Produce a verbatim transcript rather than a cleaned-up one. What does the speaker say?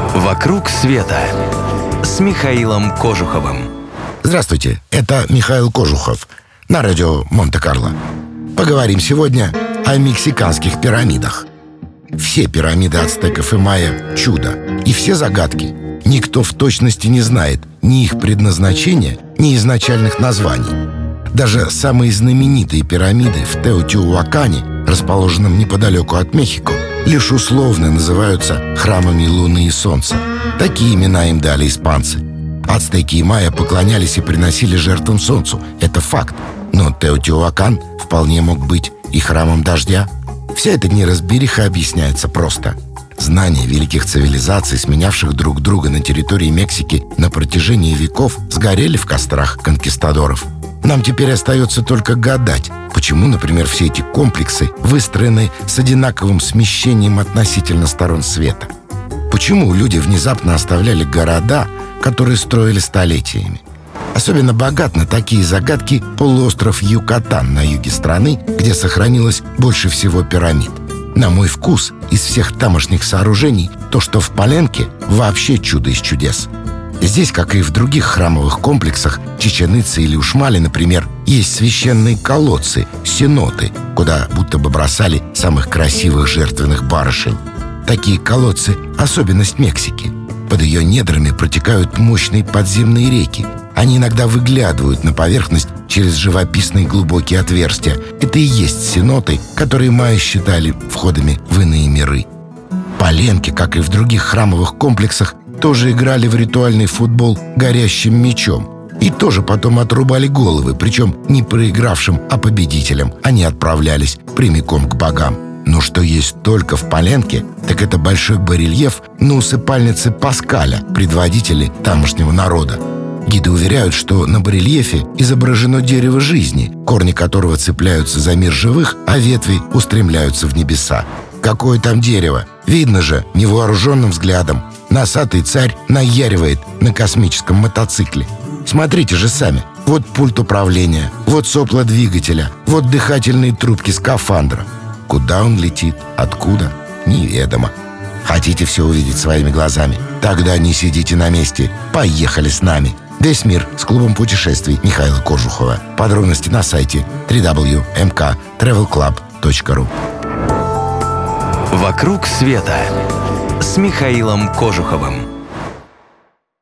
«Вокруг света» с Михаилом Кожуховым. Здравствуйте, это Михаил Кожухов на радио Монте-Карло. Поговорим сегодня о мексиканских пирамидах. Все пирамиды ацтеков и майя – чудо, и все загадки. Никто в точности не знает ни их предназначения, ни изначальных названий. Даже самые знаменитые пирамиды в Теотиуакане, расположенном неподалеку от Мехико, лишь условно называются храмами Луны и Солнца. Такие имена им дали испанцы. Ацтеки и майя поклонялись и приносили жертвам Солнцу. Это факт. Но Теотиуакан вполне мог быть и храмом дождя. Вся эта неразбериха объясняется просто. Знания великих цивилизаций, сменявших друг друга на территории Мексики на протяжении веков, сгорели в кострах конкистадоров. Нам теперь остается только гадать, почему, например, все эти комплексы выстроены с одинаковым смещением относительно сторон света. Почему люди внезапно оставляли города, которые строили столетиями? Особенно богат на такие загадки полуостров Юкатан на юге страны, где сохранилось больше всего пирамид. На мой вкус, из всех тамошних сооружений, то, что в Паленке, вообще чудо из чудес. Здесь, как и в других храмовых комплексах, Чичен-Итце или Ушмали, например, есть священные колодцы, сеноты, куда будто бы бросали самых красивых жертвенных барышень. Такие колодцы – особенность Мексики. Под ее недрами протекают мощные подземные реки. Они иногда выглядывают на поверхность через живописные глубокие отверстия. Это и есть сеноты, которые майя считали входами в иные миры. Паленки, как и в других храмовых комплексах, тоже играли в ритуальный футбол горящим мечом. И тоже потом отрубали головы, причем не проигравшим, а победителям. Они отправлялись прямиком к богам. Но что есть только в Паленке, так это большой барельеф на усыпальнице Паскаля, предводителя тамошнего народа. Гиды уверяют, что на барельефе изображено дерево жизни, корни которого цепляются за мир живых, а ветви устремляются в небеса. Какое там дерево? Видно же невооруженным взглядом. Носатый царь наяривает на космическом мотоцикле. Смотрите же сами. Вот пульт управления, вот сопла двигателя, вот дыхательные трубки скафандра. Куда он летит? Откуда? Неведомо. Хотите все увидеть своими глазами? Тогда не сидите на месте. Поехали с нами. Весь мир с клубом путешествий Михаила Кожухова. Подробности на сайте дабл ю дабл ю дабл ю точка эм ка тревел клаб точка ру. «Вокруг света» с Михаилом Кожуховым.